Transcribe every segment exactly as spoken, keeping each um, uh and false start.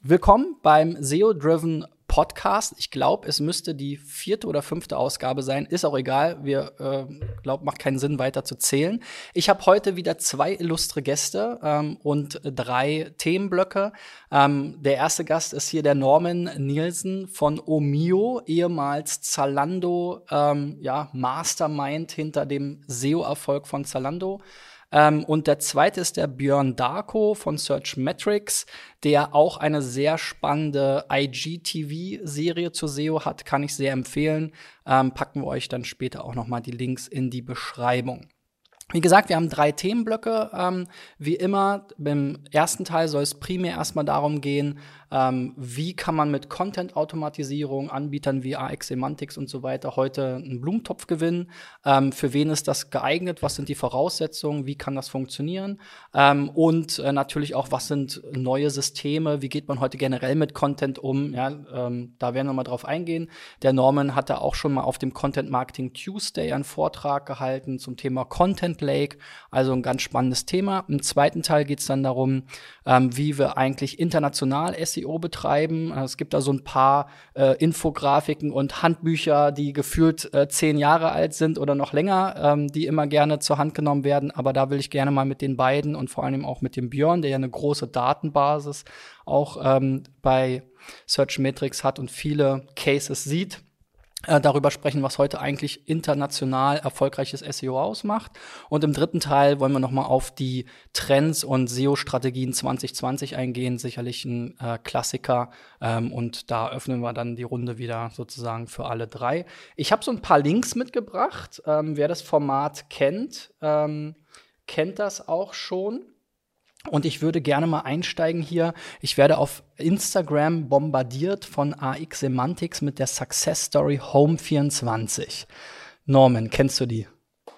Willkommen beim S E O-Driven Podcast. Ich glaube, es müsste die vierte oder fünfte Ausgabe sein. Ist auch egal. Wir äh, glauben, macht keinen Sinn, weiter zu zählen. Ich habe heute wieder zwei illustre Gäste ähm, und drei Themenblöcke. Ähm, der erste Gast ist hier der Norman Nielsen von Omio, ehemals Zalando, ähm, ja, Mastermind hinter dem S E O-Erfolg von Zalando. Ähm, und der zweite ist der Björn Darko von Searchmetrics, der auch eine sehr spannende I G T V-Serie zur S E O hat, kann ich sehr empfehlen. Ähm, packen wir euch dann später auch noch mal die Links in die Beschreibung. Wie gesagt, wir haben drei Themenblöcke. Ähm, wie immer, im ersten Teil soll es primär erstmal darum gehen, ähm, wie kann man mit Content-Automatisierung, Anbietern wie A X Semantics und so weiter heute einen Blumentopf gewinnen. Ähm, für wen ist das geeignet? Was sind die Voraussetzungen? Wie kann das funktionieren? Ähm, und äh, natürlich auch, was sind neue Systeme? Wie geht man heute generell mit Content um? Ja, ähm, da werden wir mal drauf eingehen. Der Norman hatte auch schon mal auf dem Content Marketing Tuesday einen Vortrag gehalten zum Thema Content Lake, also ein ganz spannendes Thema. Im zweiten Teil geht es dann darum, ähm, wie wir eigentlich international S E O betreiben. Es gibt da so ein paar äh, Infografiken und Handbücher, die gefühlt äh, zehn Jahre alt sind oder noch länger, ähm, die immer gerne zur Hand genommen werden. Aber da will ich gerne mal mit den beiden und vor allem auch mit dem Björn, der ja eine große Datenbasis auch ähm, bei Searchmetrics hat und viele Cases sieht, darüber sprechen, was heute eigentlich international erfolgreiches S E O ausmacht. Und im dritten Teil wollen wir noch mal auf die Trends und S E O-Strategien zwanzig zwanzig eingehen. Sicherlich ein äh, Klassiker. Ähm, und da öffnen wir dann die Runde wieder sozusagen für alle drei. Ich habe so ein paar Links mitgebracht. Ähm, wer das Format kennt, ähm, kennt das auch schon. Und ich würde gerne mal einsteigen hier. Ich werde auf Instagram bombardiert von A X Semantics mit der Success Story Home vierundzwanzig. Norman, kennst du die?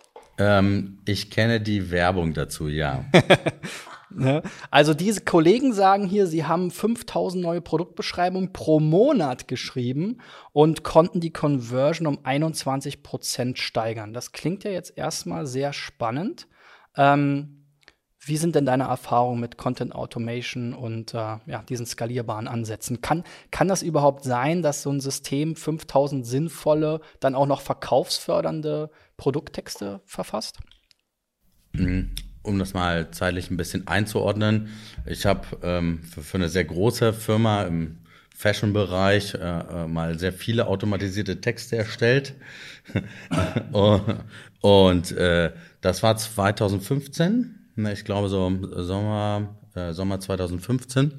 Ähm, ich kenne die Werbung dazu, ja. Also diese Kollegen sagen hier, sie haben fünftausend neue Produktbeschreibungen pro Monat geschrieben und konnten die Conversion um einundzwanzig Prozent steigern. Das klingt ja jetzt erstmal sehr spannend. Ähm, Wie sind denn deine Erfahrungen mit Content Automation und äh, ja, diesen skalierbaren Ansätzen? Kann, kann das überhaupt sein, dass so ein System fünftausend sinnvolle, dann auch noch verkaufsfördernde Produkttexte verfasst? Um das mal zeitlich ein bisschen einzuordnen. Ich habe ähm, für, für eine sehr große Firma im Fashion-Bereich äh, mal sehr viele automatisierte Texte erstellt. und äh, das war zwanzig fünfzehn. Ich glaube so Sommer, äh, Sommer zwanzig fünfzehn.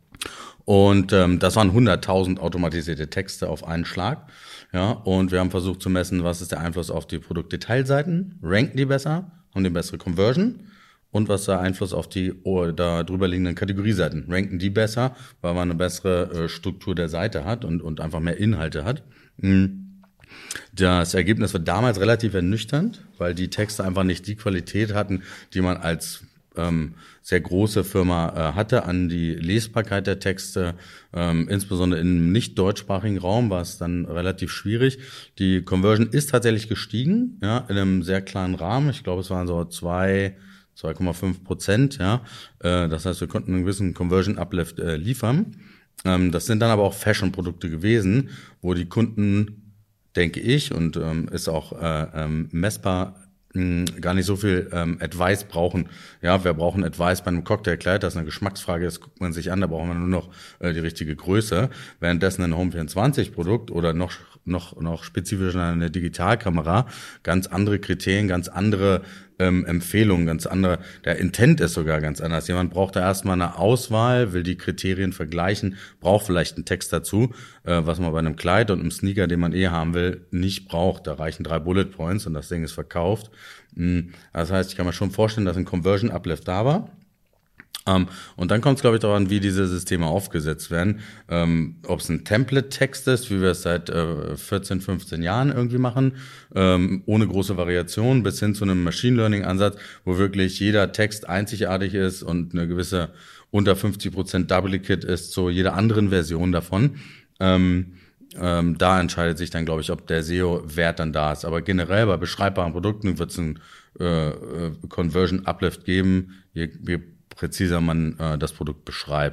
Und ähm, das waren hunderttausend automatisierte Texte auf einen Schlag. Ja, und wir haben versucht zu messen, was ist der Einfluss auf die Produktdetailseiten. Ranken die besser? Haben die bessere Conversion? Und was ist der Einfluss auf die oh, da drüber liegenden Kategorieseiten? Ranken die besser, weil man eine bessere äh, Struktur der Seite hat und, und einfach mehr Inhalte hat? Mhm. Das Ergebnis war damals relativ ernüchternd, weil die Texte einfach nicht die Qualität hatten, die man als ähm, sehr große Firma äh, hatte. An die Lesbarkeit der Texte, ähm, insbesondere im nicht deutschsprachigen Raum, war es dann relativ schwierig. Die Conversion ist tatsächlich gestiegen, ja, in einem sehr kleinen Rahmen. Ich glaube, es waren so zwei, zwei Komma fünf Prozent. Ja, äh, das heißt, wir konnten einen gewissen Conversion-Uplift äh, liefern. Ähm, das sind dann aber auch Fashion-Produkte gewesen, wo die Kunden, denke ich, und ähm, ist auch äh, ähm, messbar, mh, gar nicht so viel ähm, Advice brauchen. Ja, wir brauchen Advice bei einem Cocktailkleid, das ist eine Geschmacksfrage, das guckt man sich an, da brauchen wir nur noch äh, die richtige Größe. Währenddessen ein Home vierundzwanzig Produkt oder noch noch noch spezifischer eine Digitalkamera ganz andere Kriterien, ganz andere ähm, Empfehlungen, ganz andere, der Intent ist sogar ganz anders. Jemand braucht da erstmal eine Auswahl, will die Kriterien vergleichen, braucht vielleicht einen Text dazu, äh, was man bei einem Kleid und einem Sneaker, den man eh haben will, nicht braucht. Da reichen drei Bullet Points und das Ding ist verkauft. Das heißt, ich kann mir schon vorstellen, dass ein Conversion Uplift da war. Um, und dann kommt es, glaube ich, darauf an, wie diese Systeme aufgesetzt werden. Um, ob es ein Template-Text ist, wie wir es seit äh, vierzehn, fünfzehn Jahren irgendwie machen, ähm, ohne große Variation, bis hin zu einem Machine Learning-Ansatz, wo wirklich jeder Text einzigartig ist und eine gewisse unter fünfzig Prozent Duplicate ist zu jeder anderen Version davon. Ähm, ähm, da entscheidet sich dann, glaube ich, ob der S E O-Wert dann da ist. Aber generell bei beschreibbaren Produkten wird es einen äh, Conversion-Uplift geben, je, je präziser man äh, das Produkt beschreibt.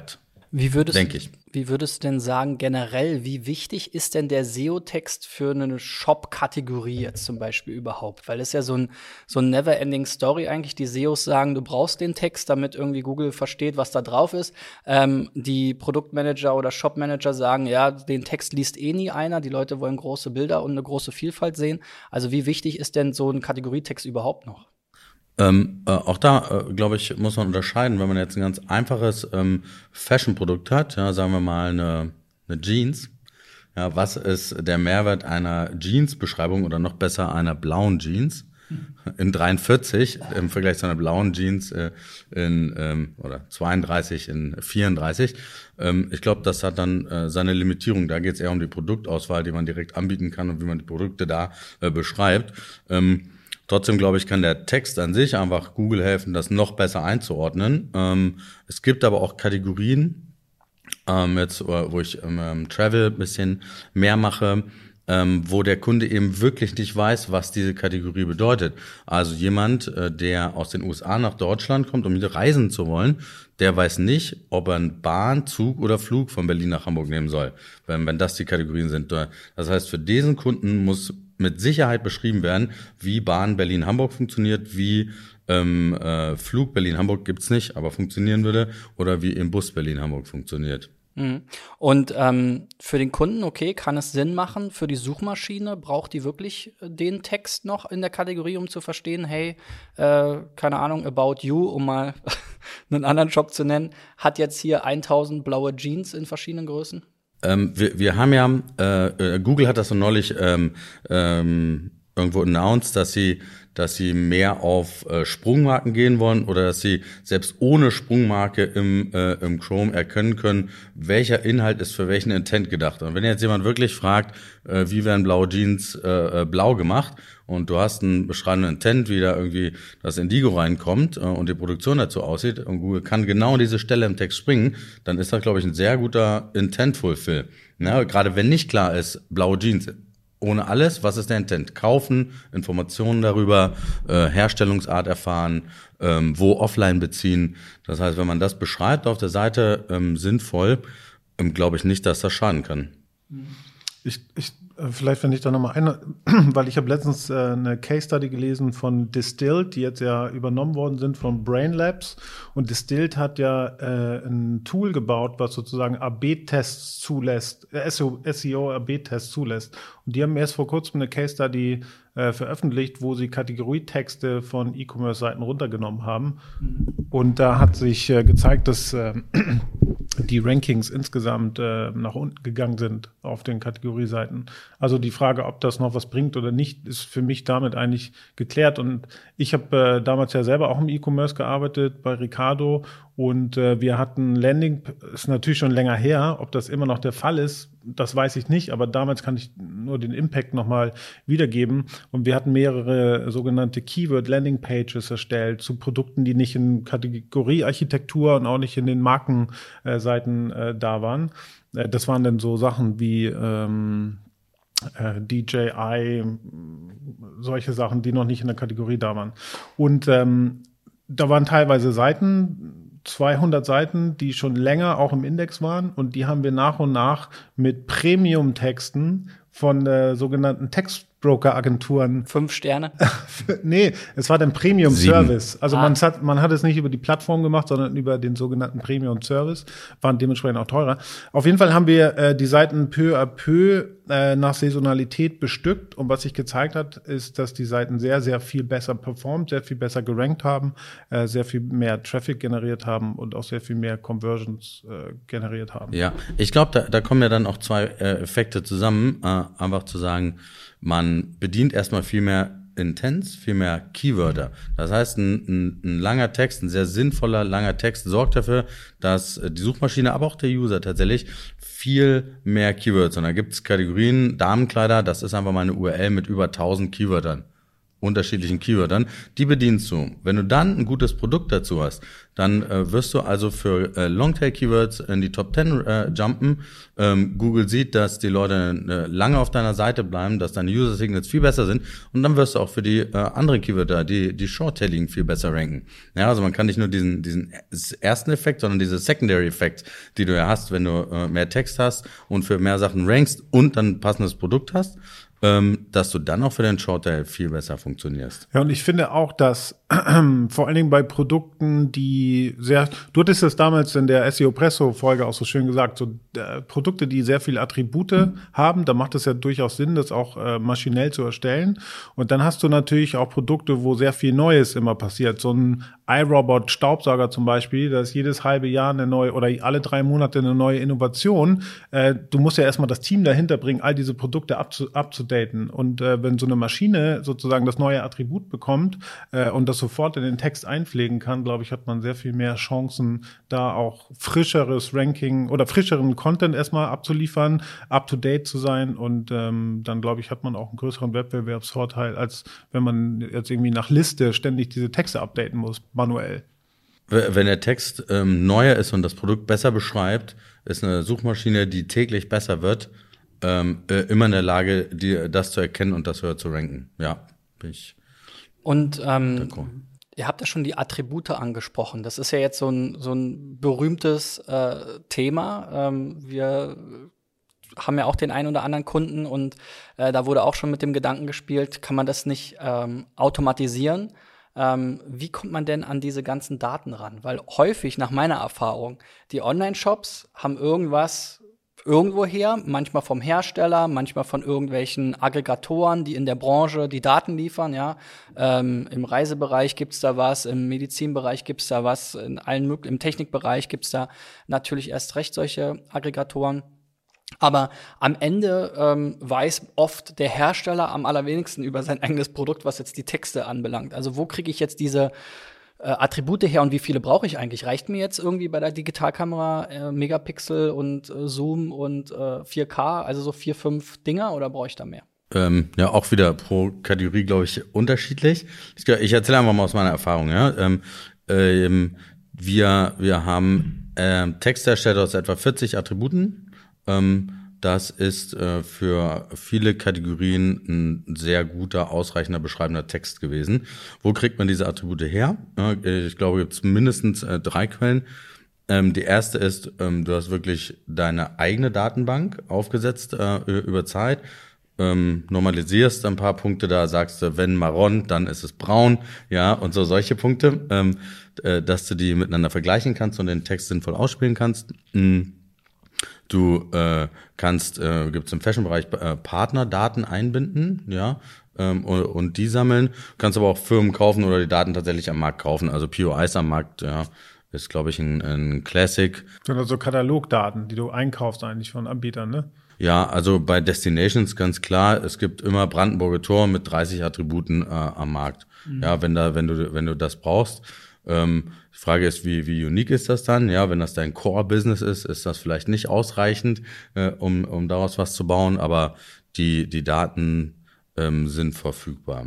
Wie würdest, denke ich. Wie würdest du denn sagen, generell, wie wichtig ist denn der S E O-Text für eine Shop-Kategorie jetzt zum Beispiel überhaupt? Weil es ja so ein, so ein never-ending Story eigentlich. Die S E Os sagen, du brauchst den Text, damit irgendwie Google versteht, was da drauf ist. Ähm, die Produktmanager oder Shop-Manager sagen, ja, den Text liest eh nie einer. Die Leute wollen große Bilder und eine große Vielfalt sehen. Also wie wichtig ist denn so ein Kategorietext überhaupt noch? Ähm, äh, auch da, äh, glaube ich, muss man unterscheiden, wenn man jetzt ein ganz einfaches ähm, Fashion-Produkt hat, ja, sagen wir mal eine, eine Jeans. Ja, was ist der Mehrwert einer Jeans-Beschreibung oder noch besser einer blauen Jeans in dreiundvierzig im Vergleich zu einer blauen Jeans äh, in ähm, oder zweiunddreißig in vierunddreißig? Ähm, ich glaube, das hat dann äh, seine Limitierung. Da geht es eher um die Produktauswahl, die man direkt anbieten kann und wie man die Produkte da äh, beschreibt. Ähm, Trotzdem, glaube ich, kann der Text an sich einfach Google helfen, das noch besser einzuordnen. Ähm, es gibt aber auch Kategorien, ähm, jetzt, wo ich ähm, Travel ein bisschen mehr mache, ähm, wo der Kunde eben wirklich nicht weiß, was diese Kategorie bedeutet. Also jemand, äh, der aus den U S A nach Deutschland kommt, um hier reisen zu wollen, der weiß nicht, ob er einen Bahn, Zug oder Flug von Berlin nach Hamburg nehmen soll, wenn, wenn das die Kategorien sind. Das heißt, für diesen Kunden muss mit Sicherheit beschrieben werden, wie Bahn Berlin-Hamburg funktioniert, wie ähm, äh, Flug Berlin-Hamburg gibt's nicht, aber funktionieren würde, oder wie im Bus Berlin-Hamburg funktioniert. Mhm. Und ähm, für den Kunden, okay, kann es Sinn machen, für die Suchmaschine braucht die wirklich den Text noch in der Kategorie, um zu verstehen, hey, äh, keine Ahnung, About You, um mal einen anderen Shop zu nennen, hat jetzt hier tausend blaue Jeans in verschiedenen Größen? Ähm, wir, wir haben ja, äh, Google hat das so neulich ähm, ähm, irgendwo announced, dass sie, dass sie mehr auf äh, Sprungmarken gehen wollen oder dass sie selbst ohne Sprungmarke im, äh, im Chrome erkennen können, welcher Inhalt ist für welchen Intent gedacht. Und wenn jetzt jemand wirklich fragt, äh, wie werden blaue Jeans äh, blau gemacht und du hast einen beschreibenden Intent, wie da irgendwie das Indigo reinkommt äh, und die Produktion dazu aussieht und Google kann genau an diese Stelle im Text springen, dann ist das, glaube ich, ein sehr guter Intent-Fulfill. Ja, gerade wenn nicht klar ist, blaue Jeans, ohne alles, was ist der Intent? Kaufen, Informationen darüber, äh, Herstellungsart erfahren, ähm, wo offline beziehen. Das heißt, wenn man das beschreibt auf der Seite ähm, sinnvoll, ähm, glaube ich nicht, dass das schaden kann. Ich, ich Vielleicht, wenn ich da nochmal eine, weil ich habe letztens äh, eine Case Study gelesen von Distilled, die jetzt ja übernommen worden sind von Brain Labs. Und Distilled hat ja äh, ein Tool gebaut, was sozusagen A B Tests zulässt, äh, S E O A B Tests zulässt. Und die haben erst vor kurzem eine Case Study äh, veröffentlicht, wo sie Kategorietexte von E-Commerce-Seiten runtergenommen haben. Mhm. Und da hat sich äh, gezeigt, dass äh, die Rankings insgesamt äh, nach unten gegangen sind auf den Kategorieseiten. Also die Frage, ob das noch was bringt oder nicht, ist für mich damit eigentlich geklärt. Und ich habe äh, damals ja selber auch im E-Commerce gearbeitet bei Ricardo und äh, wir hatten Landing, ist natürlich schon länger her, ob das immer noch der Fall ist, das weiß ich nicht, aber damals kann ich nur den Impact nochmal wiedergeben. Und wir hatten mehrere sogenannte Keyword-Landing-Pages erstellt zu Produkten, die nicht in Kategoriearchitektur und auch nicht in den Markenseiten äh, da waren. Äh, das waren dann so Sachen wie ähm, äh, D J I, solche Sachen, die noch nicht in der Kategorie da waren. Und ähm, da waren teilweise Seiten, zweihundert Seiten, die schon länger auch im Index waren und die haben wir nach und nach mit Premium-Texten von äh, sogenannten Textbroker-Agenturen. Fünf Sterne? Nee, es war der Premium-Service. Also ah. man hat, man hat es nicht über die Plattform gemacht, sondern über den sogenannten Premium-Service, waren dementsprechend auch teurer. Auf jeden Fall haben wir äh, die Seiten peu à peu äh, nach Saisonalität bestückt und was sich gezeigt hat, ist, dass die Seiten sehr, sehr viel besser performt, sehr viel besser gerankt haben, äh, sehr viel mehr Traffic generiert haben und auch sehr viel mehr Conversions äh, generiert haben. Ja, ich glaube, da, da kommen ja dann auch zwei äh, Effekte zusammen. Äh, einfach zu sagen, man bedient erstmal viel mehr Intents, viel mehr Keywörter. Das heißt, ein, ein, ein langer Text, ein sehr sinnvoller langer Text sorgt dafür, dass die Suchmaschine, aber auch der User tatsächlich viel mehr Keywords. Und da gibt es Kategorien, Damenkleider, das ist einfach mal eine U R L mit über tausend Keywörtern. Unterschiedlichen Keywörtern, die bedienst du. Wenn du dann ein gutes Produkt dazu hast, dann äh, wirst du also für äh, Longtail-Keywords in die Top zehn äh, jumpen. Ähm, Google sieht, dass die Leute äh, lange auf deiner Seite bleiben, dass deine User-Signals viel besser sind und dann wirst du auch für die äh, anderen Keywörter, die die Short-Tailigen, viel besser ranken. Ja, also man kann nicht nur diesen diesen ersten Effekt, sondern diese Secondary-Effekt, die du ja hast, wenn du äh, mehr Text hast und für mehr Sachen rankst und dann ein passendes Produkt hast, ähm, dass du dann auch für den Short-Tail viel besser funktionierst. Ja, und ich finde auch, dass vor allen Dingen bei Produkten, die sehr, du hattest es damals in der S E O Presso-Folge auch so schön gesagt, so äh, Produkte, die sehr viele Attribute mhm. haben, da macht es ja durchaus Sinn, das auch äh, maschinell zu erstellen. Und dann hast du natürlich auch Produkte, wo sehr viel Neues immer passiert. So ein iRobot-Staubsauger zum Beispiel, da ist jedes halbe Jahr eine neue oder alle drei Monate eine neue Innovation. Äh, du musst ja erstmal das Team dahinter bringen, all diese Produkte abzu- abzudaten. Und äh, wenn so eine Maschine sozusagen das neue Attribut bekommt äh, und das sofort in den Text einpflegen kann, glaube ich, hat man sehr viel mehr Chancen, da auch frischeres Ranking oder frischeren Content erstmal abzuliefern, up-to-date zu sein und ähm, dann, glaube ich, hat man auch einen größeren Wettbewerbsvorteil, als wenn man jetzt irgendwie nach Liste ständig diese Texte updaten muss, manuell. Wenn der Text ähm, neuer ist und das Produkt besser beschreibt, ist eine Suchmaschine, die täglich besser wird, ähm, äh, immer in der Lage, die, das zu erkennen und das höher zu ranken. Ja, bin ich. Und ähm, ihr habt ja schon die Attribute angesprochen. Das ist ja jetzt so ein, so ein berühmtes äh, Thema. Ähm, wir haben ja auch den einen oder anderen Kunden und äh, da wurde auch schon mit dem Gedanken gespielt, kann man das nicht ähm, automatisieren? Ähm, wie kommt man denn an diese ganzen Daten ran? Weil häufig, nach meiner Erfahrung, die Online-Shops haben irgendwas irgendwoher, manchmal vom Hersteller, manchmal von irgendwelchen Aggregatoren, die in der Branche die Daten liefern, ja. Ähm, im Reisebereich gibt's da was, im Medizinbereich gibt's da was, in allen möglichen, im Technikbereich gibt's da natürlich erst recht solche Aggregatoren. Aber am Ende ähm, weiß oft der Hersteller am allerwenigsten über sein eigenes Produkt, was jetzt die Texte anbelangt. Also wo kriege ich jetzt diese Äh, Attribute her und wie viele brauche ich eigentlich? Reicht mir jetzt irgendwie bei der Digitalkamera äh, Megapixel und äh, Zoom und äh, vier K, also so vier, fünf Dinger oder brauche ich da mehr? Ähm, ja, auch wieder pro Kategorie, glaube ich, unterschiedlich. Ich, ich erzähle einfach mal aus meiner Erfahrung. Ja, ähm, ähm, wir wir haben ähm, Texte erstellt aus etwa vierzig Attributen. Ähm, Das ist äh, für viele Kategorien ein sehr guter, ausreichender, beschreibender Text gewesen. Wo kriegt man diese Attribute her? Äh, ich glaube, gibt es mindestens äh, drei Quellen. Ähm, die erste ist, ähm, du hast wirklich deine eigene Datenbank aufgesetzt äh, über Zeit, ähm, normalisierst ein paar Punkte, da sagst du, wenn marron, dann ist es braun, ja, und so solche Punkte, ähm, äh, dass du die miteinander vergleichen kannst und den Text sinnvoll ausspielen kannst. Mhm. Du äh, kannst, äh, gibt es im Fashion-Bereich äh, Partnerdaten einbinden, ja, ähm, und, und die sammeln. Du kannst aber auch Firmen kaufen oder die Daten tatsächlich am Markt kaufen. Also P O Is am Markt, ja, ist, glaube ich, ein, ein Classic. Sind also Katalogdaten, die du einkaufst eigentlich von Anbietern, ne? Ja, also bei Destinations ganz klar, es gibt immer Brandenburger Tor mit dreißig Attributen äh, am Markt. Mhm. Ja, wenn da, wenn du, wenn du das brauchst. Ähm, die Frage ist, wie, wie unique ist das dann? Ja, wenn das dein Core-Business ist, ist das vielleicht nicht ausreichend, äh, um, um daraus was zu bauen, aber die, die Daten ähm, sind verfügbar.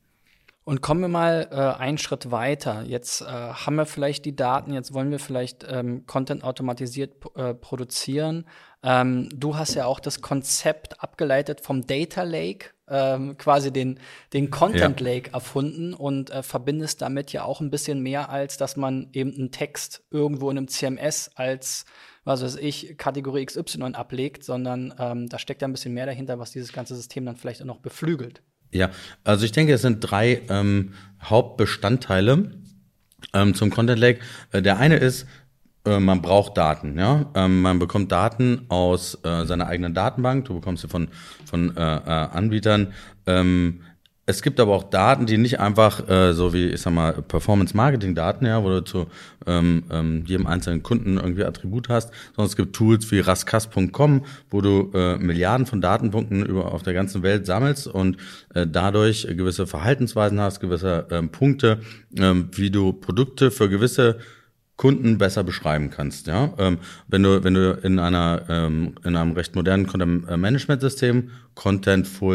Und kommen wir mal äh, einen Schritt weiter. Jetzt äh, haben wir vielleicht die Daten, jetzt wollen wir vielleicht ähm, Content automatisiert äh, produzieren. Ähm, du hast ja auch das Konzept abgeleitet vom Data Lake, ähm, quasi den, den Content ja. Lake erfunden und äh, verbindest damit ja auch ein bisschen mehr, als dass man eben einen Text irgendwo in einem C M S als, was weiß ich, Kategorie X Y ablegt, sondern ähm, da steckt ja ein bisschen mehr dahinter, was dieses ganze System dann vielleicht auch noch beflügelt. Ja, also ich denke, es sind drei ähm, Hauptbestandteile ähm, zum Content Lake. Äh, der eine ist, äh, man braucht Daten. Ja, ähm, man bekommt Daten aus äh, seiner eigenen Datenbank. Du bekommst sie von von äh, äh, Anbietern. Ähm, Es gibt aber auch Daten, die nicht einfach äh, so wie, ich sag mal, Performance-Marketing-Daten, ja, wo du zu ähm, ähm, jedem einzelnen Kunden irgendwie Attribut hast, sondern es gibt Tools wie raskas punkt com, wo du äh, Milliarden von Datenpunkten über auf der ganzen Welt sammelst und äh, dadurch gewisse Verhaltensweisen hast, gewisse ähm, Punkte, ähm, wie du Produkte für gewisse Kunden besser beschreiben kannst, ja. Ähm, wenn du, wenn du in einer, ähm, in einem recht modernen Content-Management-System Contentful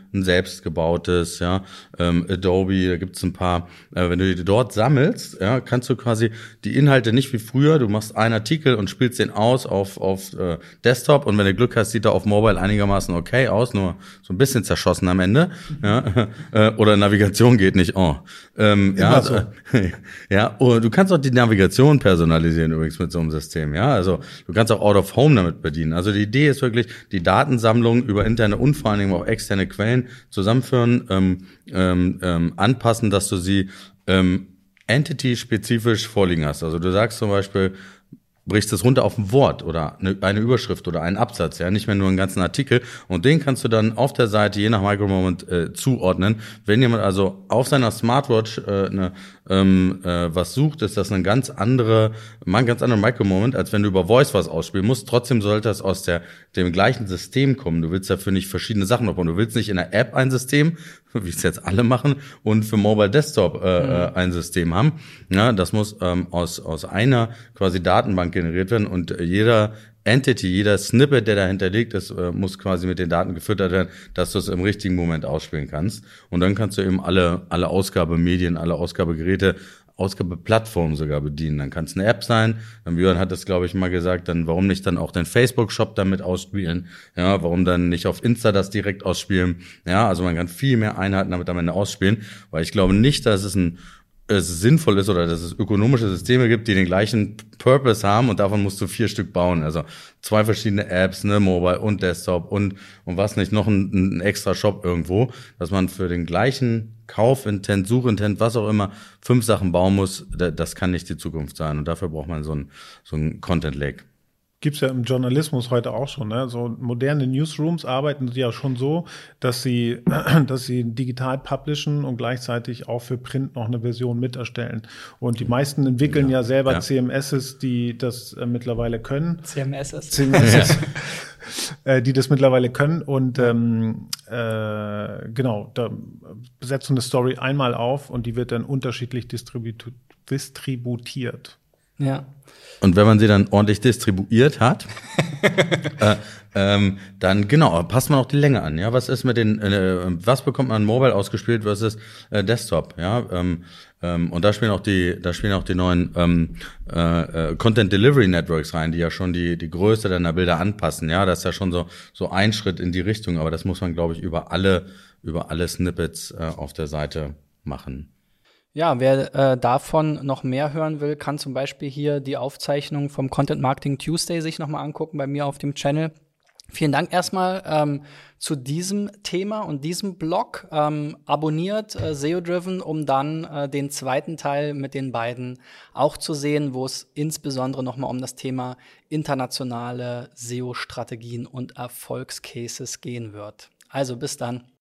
ein selbstgebautes, ja, ähm, Adobe, da gibt's ein paar, äh, wenn du die dort sammelst, ja, kannst du quasi die Inhalte nicht wie früher, du machst einen Artikel und spielst den aus auf, auf äh, Desktop und wenn du Glück hast, sieht er auf Mobile einigermaßen okay aus, nur so ein bisschen zerschossen am Ende, ja, äh, oder Navigation geht nicht, oh. Ähm, ja, so. äh, ja, und du kannst auch die Navigation personalisieren übrigens mit so einem System, ja, also du kannst auch Out of Home damit bedienen. Also die Idee ist wirklich, die Datensammlung über interne und vor allen Dingen auch externe Quellen zusammenführen, ähm, ähm, ähm, anpassen, dass du sie ähm, entity-spezifisch vorliegen hast. Also du sagst zum Beispiel, brichst es runter auf ein Wort oder eine, eine Überschrift oder einen Absatz, ja, nicht mehr nur einen ganzen Artikel. Und den kannst du dann auf der Seite je nach Micromoment äh, zuordnen. Wenn jemand also auf seiner Smartwatch äh, eine, ähm, äh, was sucht, ist das eine ganz andere, mal ein ganz anderer Micromoment, als wenn du über Voice was ausspielen musst. Trotzdem sollte das aus der dem gleichen System kommen. Du willst dafür nicht verschiedene Sachen aufbauen. Du willst nicht in der App ein System, wie es jetzt alle machen, und für Mobile Desktop äh, mhm. ein System haben. Ja, das muss ähm, aus aus einer quasi Datenbank generiert werden und jeder Entity, jeder Snippet, der dahinter liegt, das äh, muss quasi mit den Daten gefüttert werden, dass du es im richtigen Moment ausspielen kannst. Und dann kannst du eben alle alle Ausgabemedien, alle Ausgabegeräte, Ausgabeplattformen sogar bedienen. Dann kann es eine App sein. Dann Björn hat das, glaube ich, mal gesagt. Dann warum nicht dann auch den Facebook-Shop damit ausspielen? Ja, warum dann nicht auf Insta das direkt ausspielen? Ja, also man kann viel mehr Einheiten damit am Ende ausspielen, weil ich glaube nicht, dass es ein es sinnvoll ist oder dass es ökonomische Systeme gibt, die den gleichen Purpose haben und davon musst du vier Stück bauen. Also zwei verschiedene Apps, ne, Mobile und Desktop und und was nicht, noch ein, ein extra Shop irgendwo, dass man für den gleichen Kaufintent, Suchintent, was auch immer, fünf Sachen bauen muss. Das kann nicht die Zukunft sein und dafür braucht man so ein so ein Content Lake. Gibt's ja im Journalismus heute auch schon, ne? So moderne Newsrooms arbeiten ja schon so, dass sie, dass sie digital publishen und gleichzeitig auch für Print noch eine Version mit erstellen. Und die meisten entwickeln ja, ja selber ja. C M Ss, die das äh, mittlerweile können. C M Ss. C M Ss. äh, die das mittlerweile können und ähm, äh, genau, da setzt eine Story einmal auf und die wird dann unterschiedlich distribu- distributiert. Ja. Und wenn man sie dann ordentlich distribuiert hat, äh, ähm, dann genau, passt man auch die Länge an. Ja, was ist mit den, äh, was bekommt man mobile ausgespielt versus äh, Desktop? Ja, ähm, ähm, und da spielen auch die, da spielen auch die neuen ähm, äh, Content Delivery Networks rein, die ja schon die die Größe deiner Bilder anpassen. Ja, das ist ja schon so so ein Schritt in die Richtung, aber das muss man, glaube ich, über alle über alle Snippets äh, auf der Seite machen. Ja, wer äh, davon noch mehr hören will, kann zum Beispiel hier die Aufzeichnung vom Content Marketing Tuesday sich nochmal angucken bei mir auf dem Channel. Vielen Dank erstmal ähm, zu diesem Thema und diesem Blog. Ähm, abonniert äh, S E O-Driven, um dann äh, den zweiten Teil mit den beiden auch zu sehen, wo es insbesondere nochmal um das Thema internationale S E O-Strategien und Erfolgscases gehen wird. Also bis dann.